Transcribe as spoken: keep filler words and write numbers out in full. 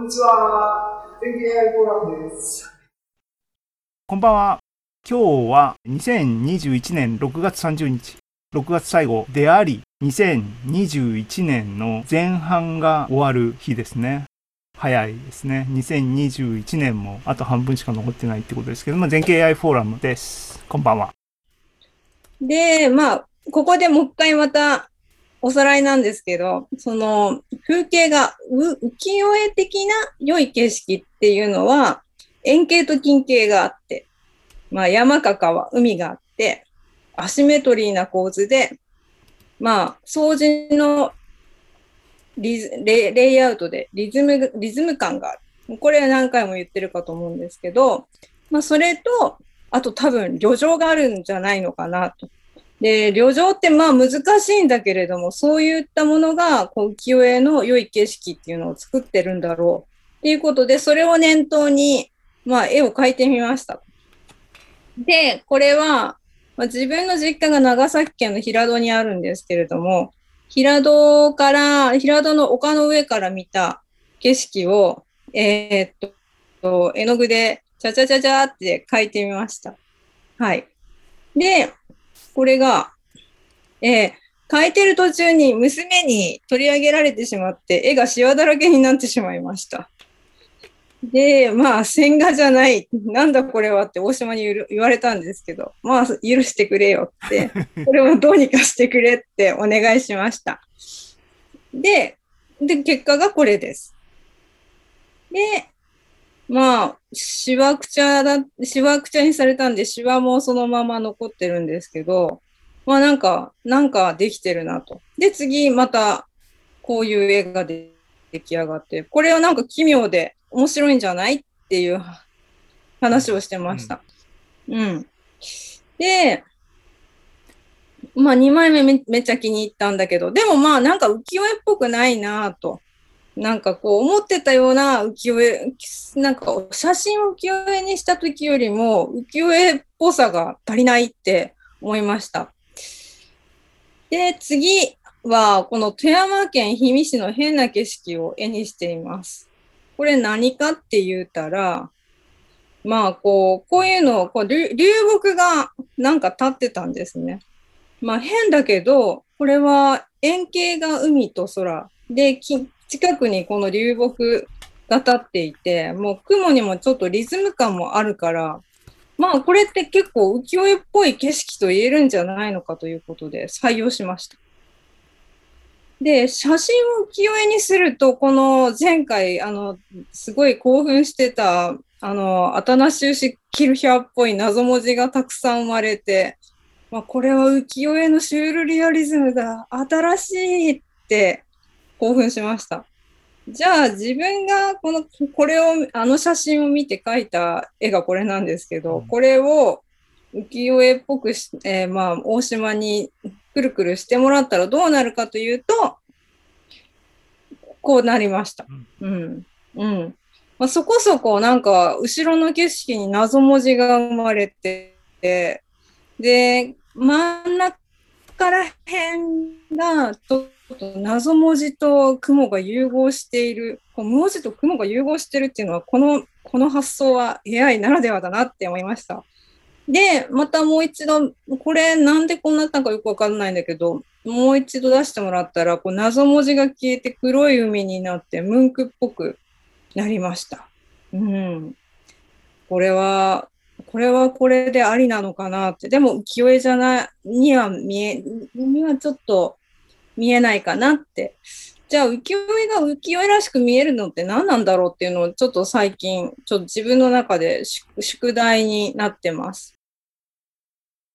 にちは。全景 エーアイ フォーラムです。 こんばんは。今日はにせんにじゅういちねんろくがつさんじゅうにち、ろくがつ最後であり、にせんにじゅういちねんの前半が終わる日ですね。早いですね。にせんにじゅういちねんもあと半分しか残ってないってことですけども、全景 エーアイ フォーラムです。こんばんは。 で、まあ、ここでもう一回またおさらいなんですけど、その風景が浮世絵的な良い景色っていうのは、円形と近景があって、まあ、山か川、海があって、アシメトリーな構図で、まあ、掃除のリズレレイアウトでリズム、リズム感がある。これは何回も言ってるかと思うんですけど、まあ、それと、あと多分、旅情があるんじゃないのかなと。で、旅情ってまあ難しいんだけれども、そういったものがこう浮世絵の良い景色っていうのを作ってるんだろうっていうことで、それを念頭に、まあ、絵を描いてみました。で、これは、まあ、自分の実家が長崎県の平戸にあるんですけれども、平戸から、平戸の丘の上から見た景色を、えー、っと、絵の具でチャチャチャチャって描いてみました。はい。で、これが、えー、描いてる途中に娘に取り上げられてしまって、絵がシワだらけになってしまいました。で、まあ、線画じゃない、なんだこれはって大島に言われたんですけど、まあ、許してくれよって、これをどうにかしてくれってお願いしました。で、で、結果がこれです。で、まあ、しわくちゃだ、しわくちゃにされたんで、しわもそのまま残ってるんですけど、まあなんか、なんかできてるなと。で、次、また、こういう絵が出来上がって、これはなんか奇妙で面白いんじゃないっていう話をしてました。うん。うん、で、まあにまいめ め, めっちゃ気に入ったんだけど、でもまあなんか浮世絵っぽくないなと。なんかこう思ってたような浮世絵、なんか写真を浮世絵にした時よりも浮世絵っぽさが足りないって思いました。で、次はこの富山県氷見市の変な景色を絵にしています。これ何かって言うたら、まあこう、こういうのをこう流木がなんか立ってたんですね。まあ変だけど、これは円形が海と空で、近くにこの流木が立っていて、もう雲にもちょっとリズム感もあるから、まあこれって結構浮世絵っぽい景色と言えるんじゃないのかということで採用しました。で、写真を浮世絵にすると、この前回、あの、すごい興奮してた、あの、アタナシウス・キルヒャーっぽい謎文字がたくさん生まれて、まあ、これは浮世絵のシュールリアリズムだ、新しいって興奮しました。じゃあ自分がこのこれをあの写真を見て描いた絵がこれなんですけど、これを浮世絵っぽくし、えー、まあ大島にくるくるしてもらったらどうなるかというと、こうなりました。うんうん。まあ、そこそこなんか後ろの景色に謎文字が生まれて、で真ん中から辺がちょっと謎文字と雲が融合している、こう文字と雲が融合しているっていうのは、このこの発想は エーアイ ならではだなって思いました。で、またもう一度、これなんでこうなったのかよくわかんないんだけど、もう一度出してもらったら、こう謎文字が消えて黒い海になってムンクっぽくなりました。うん。これは、これはこれでありなのかなって。でも浮世絵じゃない、には見え、にはちょっと見えないかなって。じゃあ浮世絵が浮世絵らしく見えるのって何なんだろうっていうのをちょっと最近、ちょっと自分の中で宿題になってます。